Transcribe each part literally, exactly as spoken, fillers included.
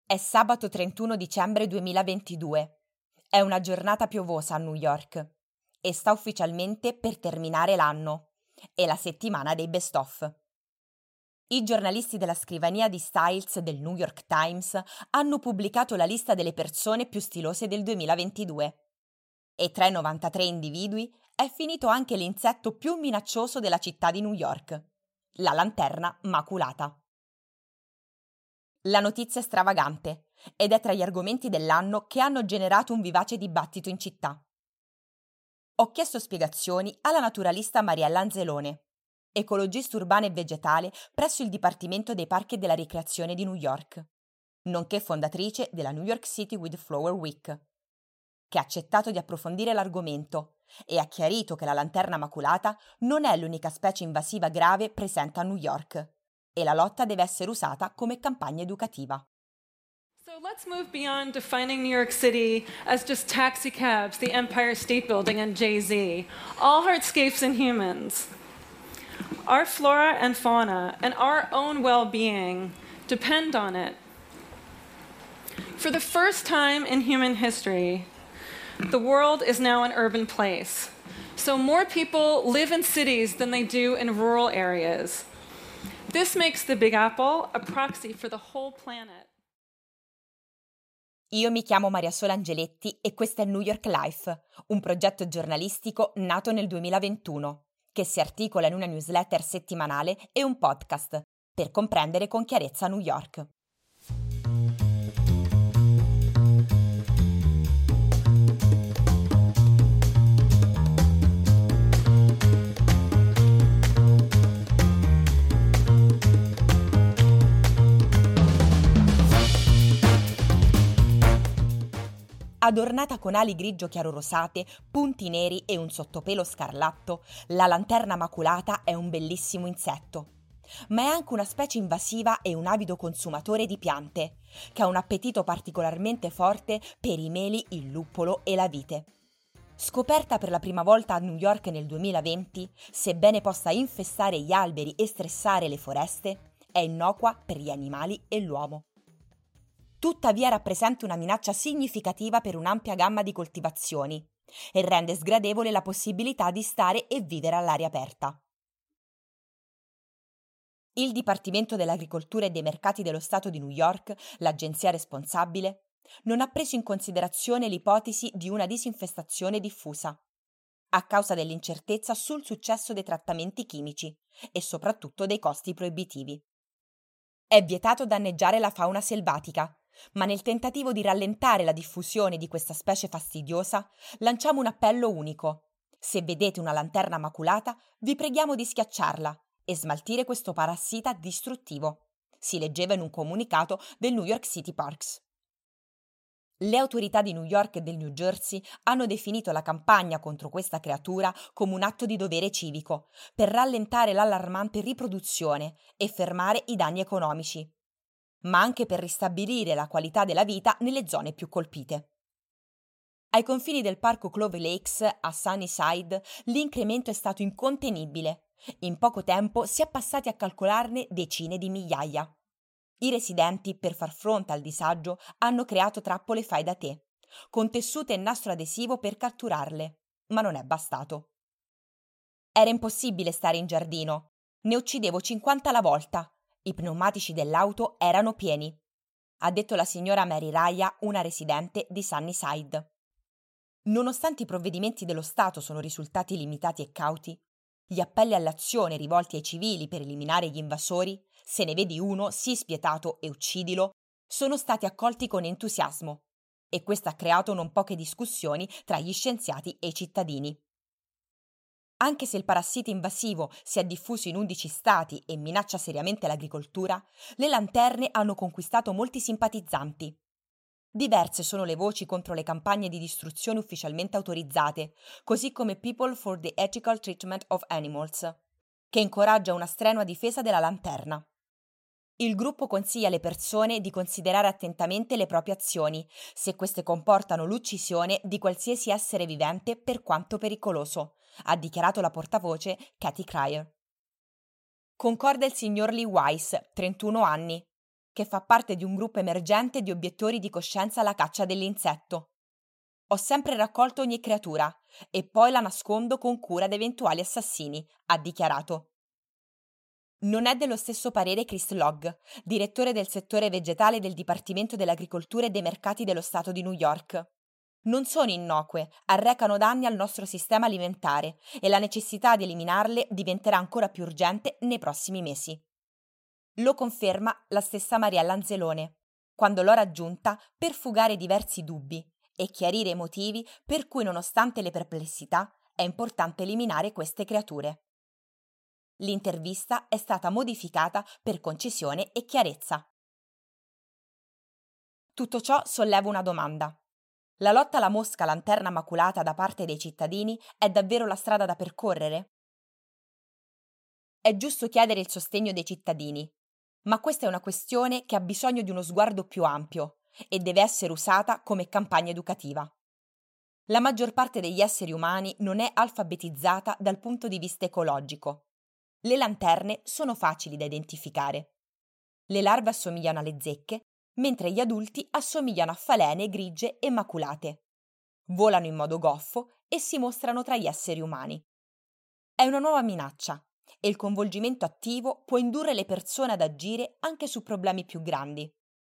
È sabato trentuno dicembre duemilaventidue. È una giornata piovosa a New York e sta ufficialmente per terminare l'anno e la settimana dei best of. I giornalisti della scrivania di Styles del New York Times hanno pubblicato la lista delle persone più stilose del duemilaventidue e tra i novantatré individui è finito anche l'insetto più minaccioso della città di New York, la lanterna maculata. La notizia è stravagante ed è tra gli argomenti dell'anno che hanno generato un vivace dibattito in città. Ho chiesto spiegazioni alla naturalista Mariella Anzelone, ecologista urbana e vegetale presso il Dipartimento dei Parchi e della Ricreazione di New York, nonché fondatrice della New York City Wildflower Week, che ha accettato di approfondire l'argomento e ha chiarito che la lanterna maculata non è l'unica specie invasiva grave presente a New York e la lotta deve essere usata come campagna educativa. So let's move beyond defining New York City as just taxi cabs, the Empire State Building, and Jay-Z, all hardscapes and humans. Our flora and fauna and our own well-being depend on it. For the first time in human history, the world is now an urban place. So more people live in cities than they do in rural areas. This makes the Big Apple a proxy for the whole planet. Io mi chiamo Maria Sole Angeletti e questo è New York Life, un progetto giornalistico nato nel duemilaventuno, che si articola in una newsletter settimanale e un podcast, per comprendere con chiarezza New York. Adornata con ali grigio chiaro rosate, punti neri e un sottopelo scarlatto, la lanterna maculata è un bellissimo insetto. Ma è anche una specie invasiva e un avido consumatore di piante, che ha un appetito particolarmente forte per i meli, il luppolo e la vite. Scoperta per la prima volta a New York nel duemilaventi, sebbene possa infestare gli alberi e stressare le foreste, è innocua per gli animali e l'uomo. Tuttavia rappresenta una minaccia significativa per un'ampia gamma di coltivazioni e rende sgradevole la possibilità di stare e vivere all'aria aperta. Il Dipartimento dell'Agricoltura e dei Mercati dello Stato di New York, l'agenzia responsabile, non ha preso in considerazione l'ipotesi di una disinfestazione diffusa, a causa dell'incertezza sul successo dei trattamenti chimici e soprattutto dei costi proibitivi. È vietato danneggiare la fauna selvatica, ma nel tentativo di rallentare la diffusione di questa specie fastidiosa, lanciamo un appello unico. Se vedete una lanterna maculata, vi preghiamo di schiacciarla e smaltire questo parassita distruttivo, si leggeva in un comunicato del New York City Parks. Le autorità di New York e del New Jersey hanno definito la campagna contro questa creatura come un atto di dovere civico, per rallentare l'allarmante riproduzione e fermare i danni economici, ma anche per ristabilire la qualità della vita nelle zone più colpite. Ai confini del parco Clover Lakes, a Sunnyside, l'incremento è stato incontenibile. In poco tempo si è passati a calcolarne decine di migliaia. I residenti, per far fronte al disagio, hanno creato trappole fai da te, con tessuto e nastro adesivo per catturarle, ma non è bastato. Era impossibile stare in giardino. Ne uccidevo cinquanta alla volta. I pneumatici dell'auto erano pieni, ha detto la signora Mary Raya, una residente di Sunnyside. Nonostante i provvedimenti dello Stato sono risultati limitati e cauti, gli appelli all'azione rivolti ai civili per eliminare gli invasori, se ne vedi uno, sii spietato e uccidilo, sono stati accolti con entusiasmo, e questo ha creato non poche discussioni tra gli scienziati e i cittadini. Anche se il parassita invasivo si è diffuso in undici stati e minaccia seriamente l'agricoltura, le lanterne hanno conquistato molti simpatizzanti. Diverse sono le voci contro le campagne di distruzione ufficialmente autorizzate, così come People for the Ethical Treatment of Animals, che incoraggia una strenua difesa della lanterna. Il gruppo consiglia alle persone di considerare attentamente le proprie azioni, se queste comportano l'uccisione di qualsiasi essere vivente per quanto pericoloso, ha dichiarato la portavoce Kathy Cryer. Concorda il signor Lee Weiss, trentuno anni. che fa parte di un gruppo emergente di obiettori di coscienza alla caccia dell'insetto. Ho sempre raccolto ogni creatura e poi la nascondo con cura da eventuali assassini, ha dichiarato. Non è dello stesso parere Chris Logg, direttore del settore vegetale del Dipartimento dell'Agricoltura e dei Mercati dello Stato di New York. Non sono innocue, arrecano danni al nostro sistema alimentare e la necessità di eliminarle diventerà ancora più urgente nei prossimi mesi. Lo conferma la stessa Mariella Anzelone, quando l'ho raggiunta per fugare diversi dubbi e chiarire i motivi per cui, nonostante le perplessità, è importante eliminare queste creature. L'intervista è stata modificata per concisione e chiarezza. Tutto ciò solleva una domanda. La lotta alla mosca lanterna maculata da parte dei cittadini è davvero la strada da percorrere? È giusto chiedere il sostegno dei cittadini, ma questa è una questione che ha bisogno di uno sguardo più ampio e deve essere usata come campagna educativa. La maggior parte degli esseri umani non è alfabetizzata dal punto di vista ecologico. Le lanterne sono facili da identificare. Le larve assomigliano alle zecche, mentre gli adulti assomigliano a falene grigie e maculate. Volano in modo goffo e si mostrano tra gli esseri umani. È una nuova minaccia e il coinvolgimento attivo può indurre le persone ad agire anche su problemi più grandi.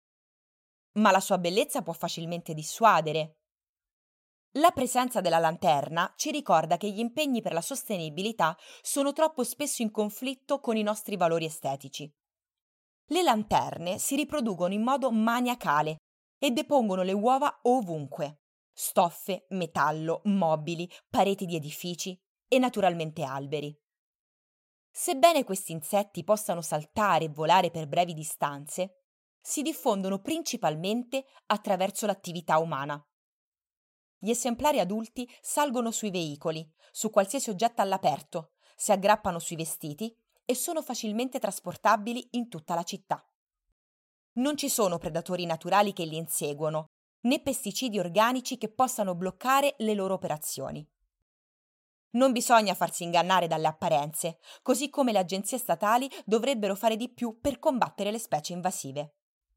Ma la sua bellezza può facilmente dissuadere. La presenza della lanterna ci ricorda che gli impegni per la sostenibilità sono troppo spesso in conflitto con i nostri valori estetici. Le lanterne si riproducono in modo maniacale e depongono le uova ovunque: stoffe, metallo, mobili, pareti di edifici e naturalmente alberi. Sebbene questi insetti possano saltare e volare per brevi distanze, si diffondono principalmente attraverso l'attività umana. Gli esemplari adulti salgono sui veicoli, su qualsiasi oggetto all'aperto, si aggrappano sui vestiti e sono facilmente trasportabili in tutta la città. Non ci sono predatori naturali che li inseguono, né pesticidi organici che possano bloccare le loro operazioni. Non bisogna farsi ingannare dalle apparenze, così come le agenzie statali dovrebbero fare di più per combattere le specie invasive.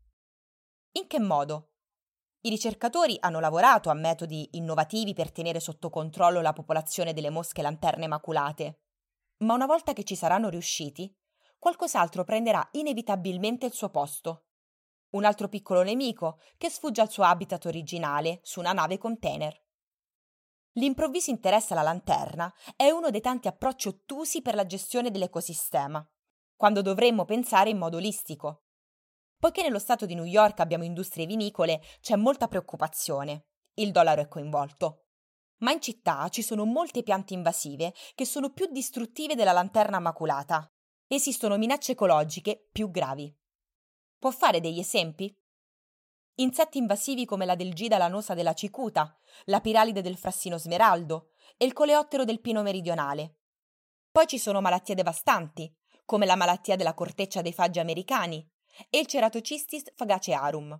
In che modo? I ricercatori hanno lavorato a metodi innovativi per tenere sotto controllo la popolazione delle mosche lanterne maculate. Ma una volta che ci saranno riusciti, qualcos'altro prenderà inevitabilmente il suo posto. Un altro piccolo nemico che sfugge al suo habitat originale su una nave container. L'improvviso interesse alla lanterna è uno dei tanti approcci ottusi per la gestione dell'ecosistema, quando dovremmo pensare in modo olistico. Poiché nello stato di New York abbiamo industrie vinicole, c'è molta preoccupazione. Il dollaro è coinvolto. Ma in città ci sono molte piante invasive che sono più distruttive della lanterna maculata. Esistono minacce ecologiche più gravi. Può fare degli esempi? Insetti invasivi come la delgida lanosa della cicuta, la piralide del frassino smeraldo e il coleottero del pino meridionale. Poi ci sono malattie devastanti, come la malattia della corteccia dei faggi americani e il Ceratocistis fagacearum.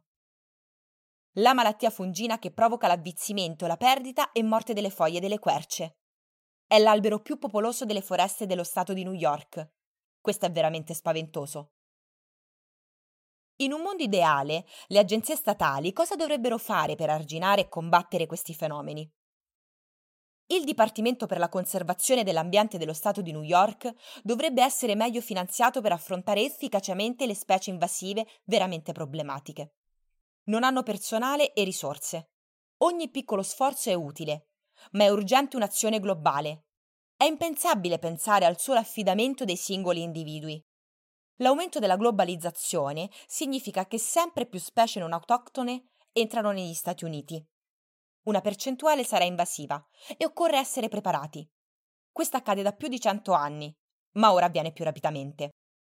La malattia fungina che provoca l'avvizzimento, la perdita e morte delle foglie delle querce. È l'albero più popoloso delle foreste dello stato di New York. Questo è veramente spaventoso. In un mondo ideale, le agenzie statali cosa dovrebbero fare per arginare e combattere questi fenomeni? Il Dipartimento per la conservazione dell'ambiente dello Stato di New York dovrebbe essere meglio finanziato per affrontare efficacemente le specie invasive veramente problematiche. Non hanno personale e risorse. Ogni piccolo sforzo è utile, ma è urgente un'azione globale. È impensabile pensare al solo affidamento dei singoli individui. L'aumento della globalizzazione significa che sempre più specie non autoctone entrano negli Stati Uniti. Una percentuale sarà invasiva e occorre essere preparati. Questo accade da più di cento anni, ma ora avviene più rapidamente.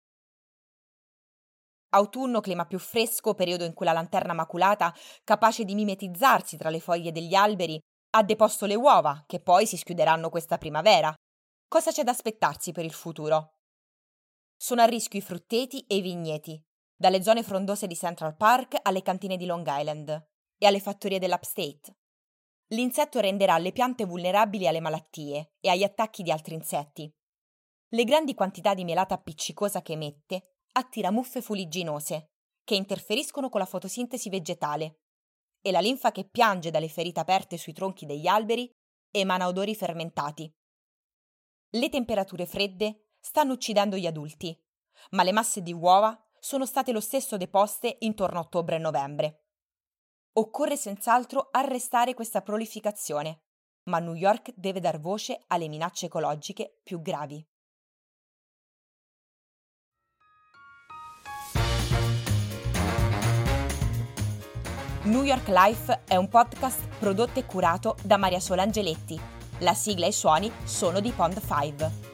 Autunno, clima più fresco, periodo in cui la lanterna maculata, capace di mimetizzarsi tra le foglie degli alberi, ha deposto le uova, che poi si schiuderanno questa primavera. Cosa c'è da aspettarsi per il futuro? Sono a rischio i frutteti e i vigneti, dalle zone frondose di Central Park alle cantine di Long Island e alle fattorie dell'Upstate. L'insetto renderà le piante vulnerabili alle malattie e agli attacchi di altri insetti. Le grandi quantità di melata appiccicosa che emette attira muffe fuligginose, che interferiscono con la fotosintesi vegetale e la linfa che piange dalle ferite aperte sui tronchi degli alberi emana odori fermentati. Le temperature fredde stanno uccidendo gli adulti, ma le masse di uova sono state lo stesso deposte intorno a ottobre e novembre. Occorre senz'altro arrestare questa prolificazione, ma New York deve dar voce alle minacce ecologiche più gravi. New York Life è un podcast prodotto e curato da Maria Sola Angeletti. La sigla e i suoni sono di Pond cinque.